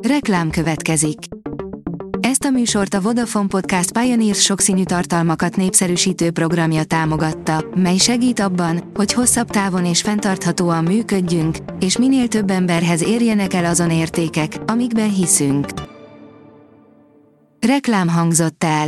Reklám következik. Ezt a műsort a Vodafone Podcast Pioneers sokszínű tartalmakat népszerűsítő programja támogatta, mely segít abban, hogy hosszabb távon és fenntarthatóan működjünk, és minél több emberhez érjenek el azon értékek, amikben hiszünk. Reklám hangzott el.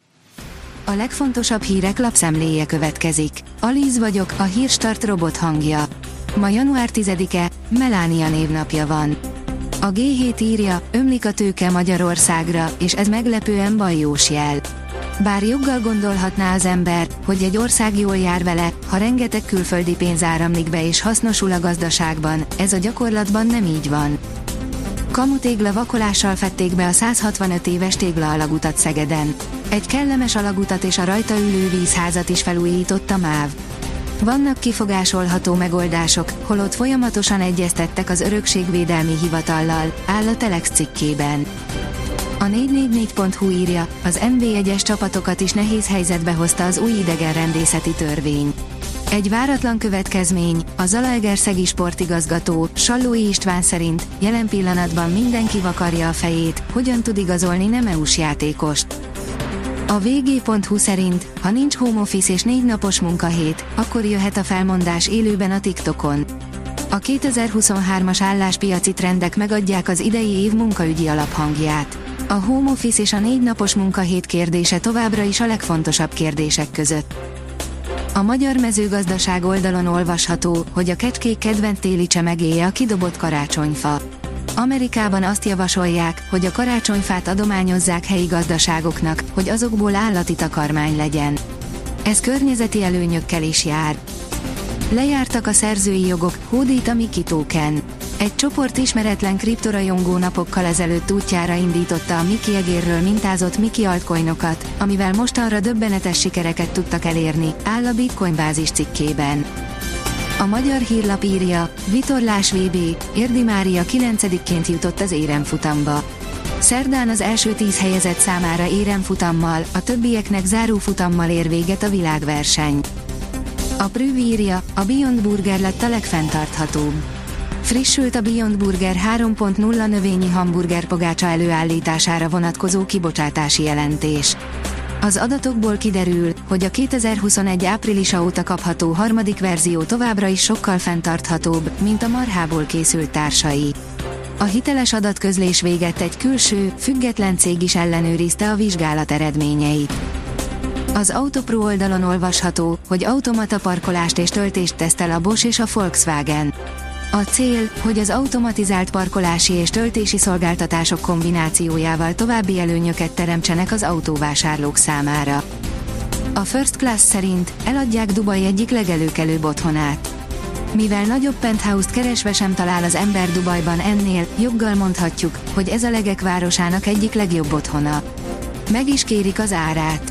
A legfontosabb hírek lapszemléje következik. Alíz vagyok, a Hírstart robot hangja. Ma január 10-e, Melania névnapja van. A G7 írja, ömlik a tőke Magyarországra, és ez meglepően bajós jel. Bár joggal gondolhatná az ember, hogy egy ország jól jár vele, ha rengeteg külföldi pénz áramlik be és hasznosul a gazdaságban, ez a gyakorlatban nem így van. Kamutégla vakolással fedték be a 165 éves téglaalagútat Szegeden. Egy kellemes alagutat és a rajta ülő vízházat is felújított a MÁV. Vannak kifogásolható megoldások, holott folyamatosan egyeztettek az Örökségvédelmi Hivatallal, áll a Telex cikkében. A 444.hu írja, az NB1-es csapatokat is nehéz helyzetbe hozta az új idegenrendészeti törvény. Egy váratlan következmény, a zalaegerszegi sportigazgató, Sallói István szerint, jelen pillanatban mindenki vakarja a fejét, hogyan tud igazolni nem EU-s játékost. A vg.hu szerint, ha nincs home office és 4 napos munkahét, akkor jöhet a felmondás élőben a TikTokon. A 2023-as álláspiaci trendek megadják az idei év munkaügyi alaphangját. A home office és a 4 napos munkahét kérdése továbbra is a legfontosabb kérdések között. A Magyar Mezőgazdaság oldalon olvasható, hogy a kecskék kedvenc téli csemegéje a kidobott karácsonyfa. Amerikában azt javasolják, hogy a karácsonyfát adományozzák helyi gazdaságoknak, hogy azokból állati takarmány legyen. Ez környezeti előnyökkel is jár. Lejártak a szerzői jogok, hódít a Mickey Token. Egy csoport ismeretlen kriptorajongó napokkal ezelőtt útjára indította a Mickey egérről mintázott Mickey altcoinokat, amivel mostanra döbbenetes sikereket tudtak elérni, áll a Bitcoin bázis cikkében. A Magyar Hírlap írja, vitorlás VB, Érdi Mária 9-ként jutott az éremfutamba. Szerdán az első 10 helyezett számára éremfutammal, a többieknek zárófutammal ér véget a világverseny. A Prüv írja, a Beyond Burger lett a legfenntarthatóbb. Frissült a Beyond Burger 3.0 növényi hamburger pogácsa előállítására vonatkozó kibocsátási jelentés. Az adatokból kiderül, hogy a 2021 áprilisa óta kapható harmadik verzió továbbra is sokkal fenntarthatóbb, mint a marhából készült társai. A hiteles adatközlés véget egy külső, független cég is ellenőrizte a vizsgálat eredményeit. Az Autopro oldalon olvasható, hogy automata parkolást és töltést tesztel a Bosch és a Volkswagen. A cél, hogy az automatizált parkolási és töltési szolgáltatások kombinációjával további előnyöket teremtsenek az autóvásárlók számára. A First Class szerint eladják Dubaj egyik legelőkelőbb otthonát. Mivel nagyobb penthouse-t keresve sem talál az ember Dubajban ennél, joggal mondhatjuk, hogy ez a legek városának egyik legjobb otthona. Meg is kérik az árát.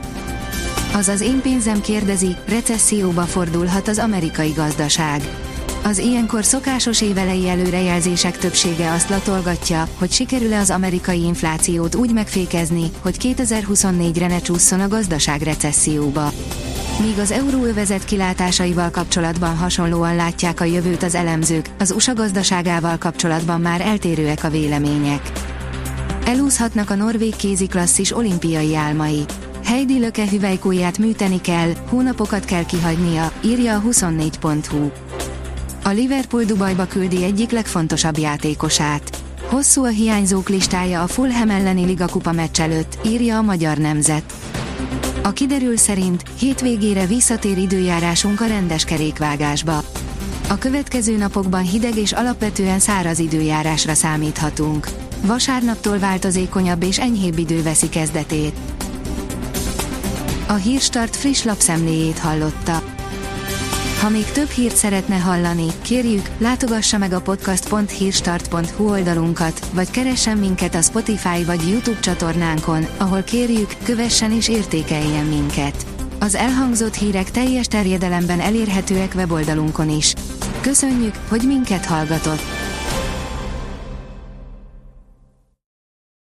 Az én pénzem kérdezi, recesszióba fordulhat az amerikai gazdaság. Az ilyenkor szokásos évelei előrejelzések többsége azt latolgatja, hogy sikerül-e az amerikai inflációt úgy megfékezni, hogy 2024-re ne csússzon a gazdaság recesszióba. Míg az euróövezet kilátásaival kapcsolatban hasonlóan látják a jövőt az elemzők, az USA gazdaságával kapcsolatban már eltérőek a vélemények. Elúszhatnak a norvég kéziklasszis olimpiai álmai. Heidi Löke hüvelykujját műteni kell, hónapokat kell kihagynia, írja a 24.hu. A Liverpool Dubajba küldi egyik legfontosabb játékosát. Hosszú a hiányzók listája a Fulham elleni ligakupa meccs előtt, írja a Magyar Nemzet. A kiderül szerint hétvégére visszatér időjárásunk a rendes kerékvágásba. A következő napokban hideg és alapvetően száraz időjárásra számíthatunk. Vasárnaptól változékonyabb és enyhébb idő veszi kezdetét. A Hírstart friss lapszemléjét hallotta. Ha még több hírt szeretne hallani, kérjük, látogassa meg a podcast.hírstart.hu oldalunkat, vagy keressen minket a Spotify vagy YouTube csatornánkon, ahol kérjük, kövessen és értékeljen minket. Az elhangzott hírek teljes terjedelemben elérhetőek weboldalunkon is. Köszönjük, hogy minket hallgatott!